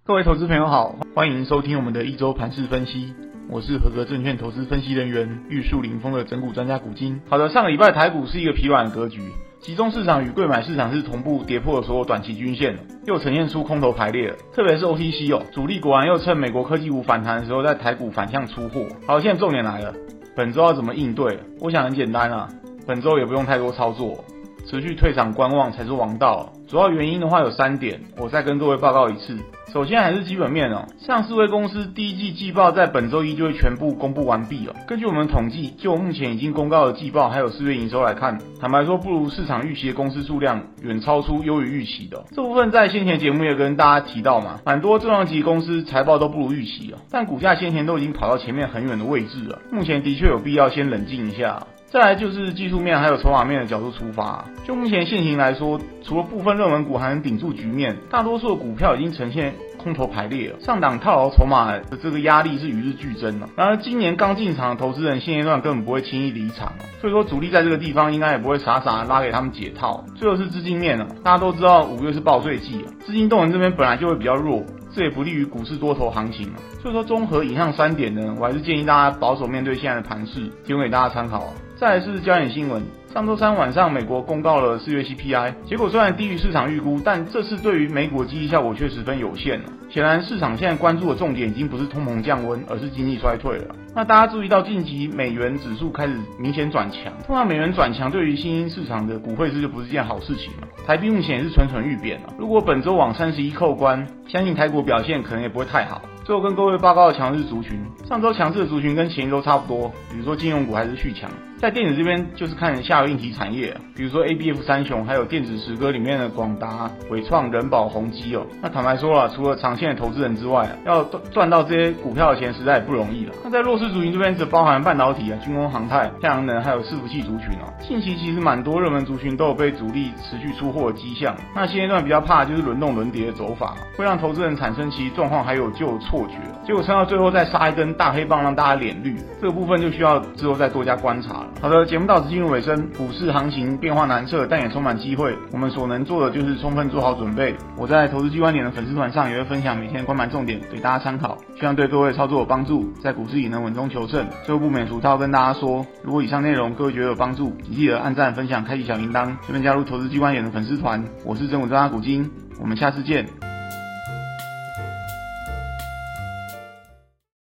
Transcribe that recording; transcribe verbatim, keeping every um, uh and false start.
各位投资朋友好，欢迎收听我们的一周盘势分析。我是合格证券投资分析人员玉树临风的整股专家古今。好的，上个礼拜台股是一个疲软格局，集中市场与柜买市场是同步跌破了所有短期均线了，又呈现出空头排列了。特别是 O T C 哦，主力果然又趁美国科技股反弹的时候，在台股反向出货。好，现在重点来了，本周要怎么应对？我想很简单啊，本周也不用太多操作，持续退场观望才是王道。主要原因的话有三点，我再跟各位报告一次。首先还是基本面哦，上市柜公司第一季季报在本周一就会全部公布完毕了。根据我们统计，就目前已经公告的季报还有四月营收来看，坦白说不如市场预期的公司数量远超出优于预期的。这部分在先前节目也跟大家提到嘛，蛮多重量级公司财报都不如预期了，但股价先前都已经跑到前面很远的位置了，目前的确有必要先冷静一下。再来就是技术面还有筹码面的角度出发，就目前现行来说，除了部分热门股还能顶住局面，大多数的股票已经呈现空头排列了，上档套牢筹码的这个压力是与日俱增了。然而今年刚进场的投资人现阶段根本不会轻易离场，所以说主力在这个地方应该也不会傻傻的拉给他们解套。最后是资金面了，大家都知道五月是报税季，资金动能这边本来就会比较弱，这也不利于股市多头行情。所以说综合以上三点呢，我还是建议大家保守面对现在的盘势，提供给大家参考。再来是焦点新闻，上周三晚上美国公告了四月 C P I， 结果虽然低于市场预估，但这次对于美股的激励效果却十分有限了。显然市场现在关注的重点已经不是通膨降温，而是经济衰退了。那大家注意到近期美元指数开始明显转强，通常美元转强对于新兴市场的股汇市就不是件好事情了。台币目前也是蠢蠢欲贬了，如果本周往三十一扣关，相信台股表现可能也不会太好。最后跟各位报告的强势族群，上周强势的族群跟前一周差不多，比如说金融股还是续强。在电子这边就是看下游硬体产业，比如说 A B F 三雄，还有电子十哥里面的广达、伟创、人保、宏基哦。那坦白说了，除了长线的投资人之外，要赚到这些股票的钱实在也不容易了。那在弱势族群这边则包含半导体啊、军工航太、太阳能，还有伺服器族群哦。近期其实蛮多热门族群都有被主力持续出货的迹象。那现阶段比较怕的就是轮动轮跌的走法，会让投资人产生其实状况还有救错觉，结果撑到最后再杀一根大黑棒让大家脸绿，这个部分就需要之后再多加观察了。好的，节目到此进入尾声，股市行情变化难测，但也充满机会。我们所能做的就是充分做好准备。我在投资 G 观点的粉丝团上也会分享每天的观盘重点给大家参考，希望对各位操作有帮助，在股市也能稳中求胜。最后不免俗套跟大家说，如果以上内容各位觉得有帮助，请记得按赞、分享、开启小铃铛，顺便加入投资 G 观点的粉丝团。我是真股专家古今，我们下次见。